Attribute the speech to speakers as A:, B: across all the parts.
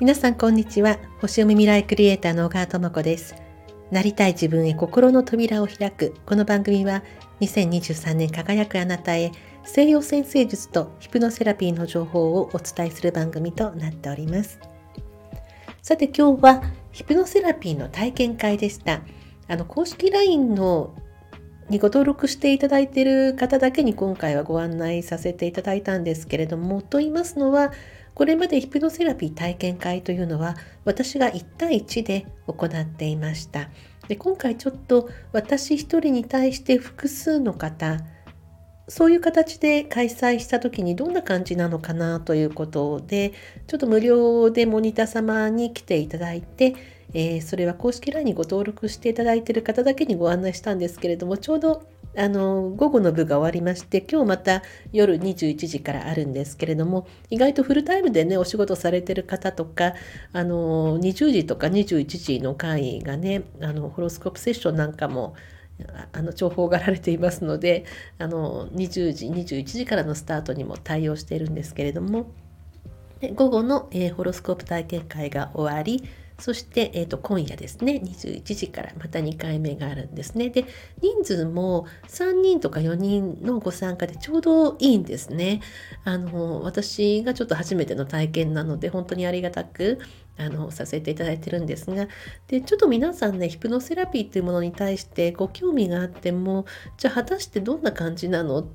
A: 皆さんこんにちは。星読み未来クリエイターの小川智子です。なりたい自分へ心の扉を開く。この番組は2023年輝くあなたへ西洋占星術とヒプノセラピーの情報をお伝えする番組となっております。さて今日はヒプノセラピーの体験会でした。公式 LINE にご登録していただいている方だけに今回はご案内させていただいたんですけれども、と言いますのは、これまでヒプノセラピー体験会というのは私が1対1で行っていました。で、今回ちょっと私一人に対して複数の方、そういう形で開催した時にどんな感じなのかなということで、ちょっと無料でモニター様に来ていただいて、それは公式 LINE にご登録していただいている方だけにご案内したんですけれども、ちょうど午後の部が終わりまして、今日また夜21時からあるんですけれども、意外とフルタイムでねお仕事されてる方とか、20時とか21時の会がね、ホロスコープセッションなんかも情報がられていますので、20時21時からのスタートにも対応しているんですけれども、で午後の、ホロスコープ体験会が終わり、そして、今夜ですね、21時からまた2回目があるんですね。で、人数も3人とか4人のご参加でちょうどいいんですね。私がちょっと初めての体験なので、本当にありがたくさせていただいてるんですが、で、ちょっと皆さんね、ヒプノセラピーというものに対してご興味があっても、じゃあ果たしてどんな感じなのって、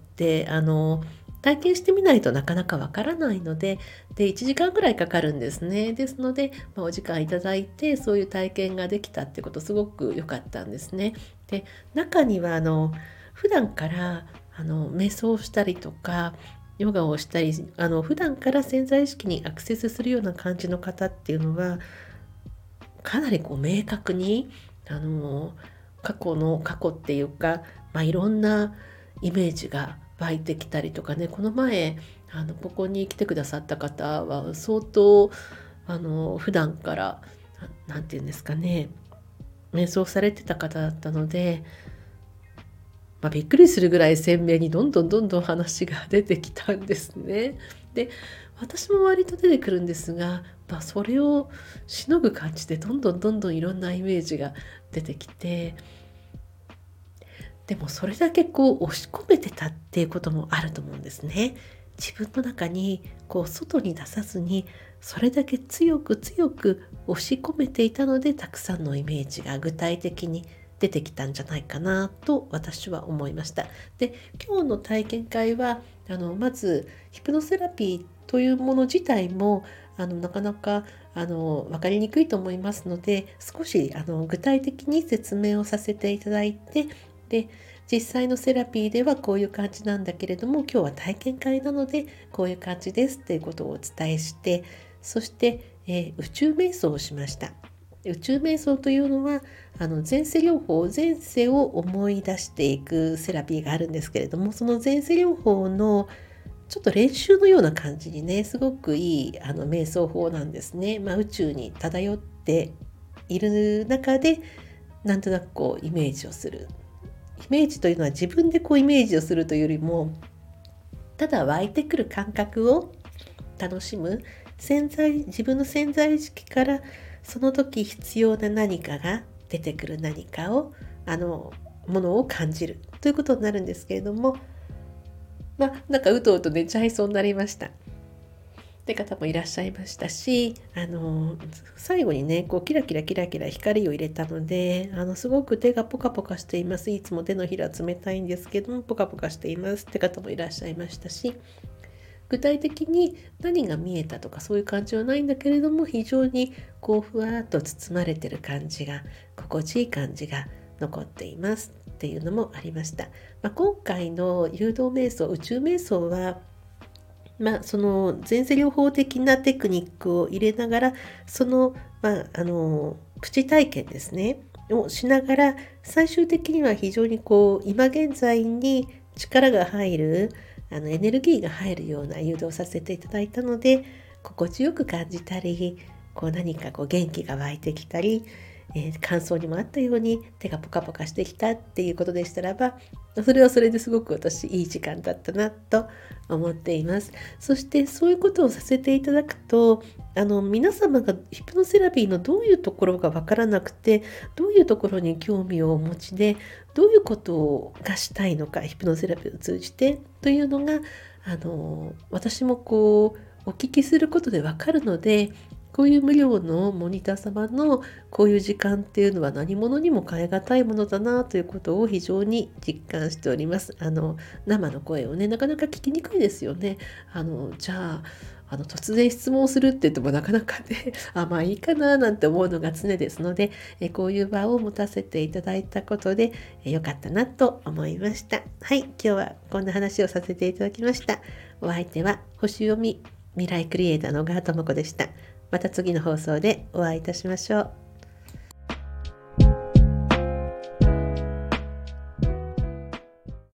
A: 体験してみないとなかなかわからないので、1時間ぐらいかかるんですね。ですので、お時間いただいてそういう体験ができたってことすごく良かったんですね。で、中には普段から瞑想をしたりとかヨガをしたり、普段から潜在意識にアクセスするような感じの方っていうのはかなり明確に過去っていうか、いろんなイメージが湧いてきたりとかね、この前ここに来てくださった方は相当普段からなんていうんですかね、瞑想されてた方だったので、びっくりするぐらい鮮明にどんどん話が出てきたんですね。で、私も割と出てくるんですが、それをしのぐ感じでどんどんいろんなイメージが出てきて、でもそれだけ押し込めてたっていうこともあると思うんですね。自分の中に外に出さずにそれだけ強く押し込めていたので、たくさんのイメージが具体的に出てきたんじゃないかなと私は思いました。で、今日の体験会はまずヒプノセラピーというもの自体もなかなか分かりにくいと思いますので、少し具体的に説明をさせていただいて、で、実際のセラピーではこういう感じなんだけれども、今日は体験会なのでこういう感じですっていうことをお伝えして、そして、宇宙瞑想をしました。宇宙瞑想というのは前世療法、前世を思い出していくセラピーがあるんですけれども、その前世療法のちょっと練習のような感じにね、すごくいい瞑想法なんですね。宇宙に漂っている中でなんとなくイメージをする。イメージというのは自分でイメージをするというよりも、ただ湧いてくる感覚を楽しむ、自分の潜在意識からその時必要な何かが出てくる、何かをものを感じるということになるんですけれども、なんかうとうと寝ちゃいそうになりましたって方もいらっしゃいましたし、最後にねキラキラ光を入れたので、すごく手がポカポカしています。いつも手のひら冷たいんですけどもポカポカしていますって方もいらっしゃいましたし、具体的に何が見えたとかそういう感じはないんだけれども、非常にふわっと包まれてる感じが、心地いい感じが残っていますっていうのもありました。今回の誘導瞑想、宇宙瞑想はその前世療法的なテクニックを入れながら、その、プチ体験ですねをしながら、最終的には非常に今現在に力が入る、エネルギーが入るような誘導をさせていただいたので、心地よく感じたり、何か元気が湧いてきたり、 感想にもあったように手がポカポカしてきたっていうことでしたらば、それはそれですごく私いい時間だったなと思っています。そしてそういうことをさせていただくと、皆様がヒプノセラピーのどういうところがわからなくて、どういうところに興味をお持ちで、どういうことがしたいのか、ヒプノセラピーを通じてというのが、私もお聞きすることでわかるので、こういう無料のモニター様のこういう時間っていうのは何物にも代え難いものだなということを非常に実感しております。生の声をね、なかなか聞きにくいですよね。じゃ突然質問するって言ってもなかなかね、まあいいかななんて思うのが常ですので、こういう場を持たせていただいたことで、良かったなと思いました。はい、今日はこんな話をさせていただきました。お相手は星読み未来クリエイターの小川智子でした。また次の放送でお会いいたしましょう。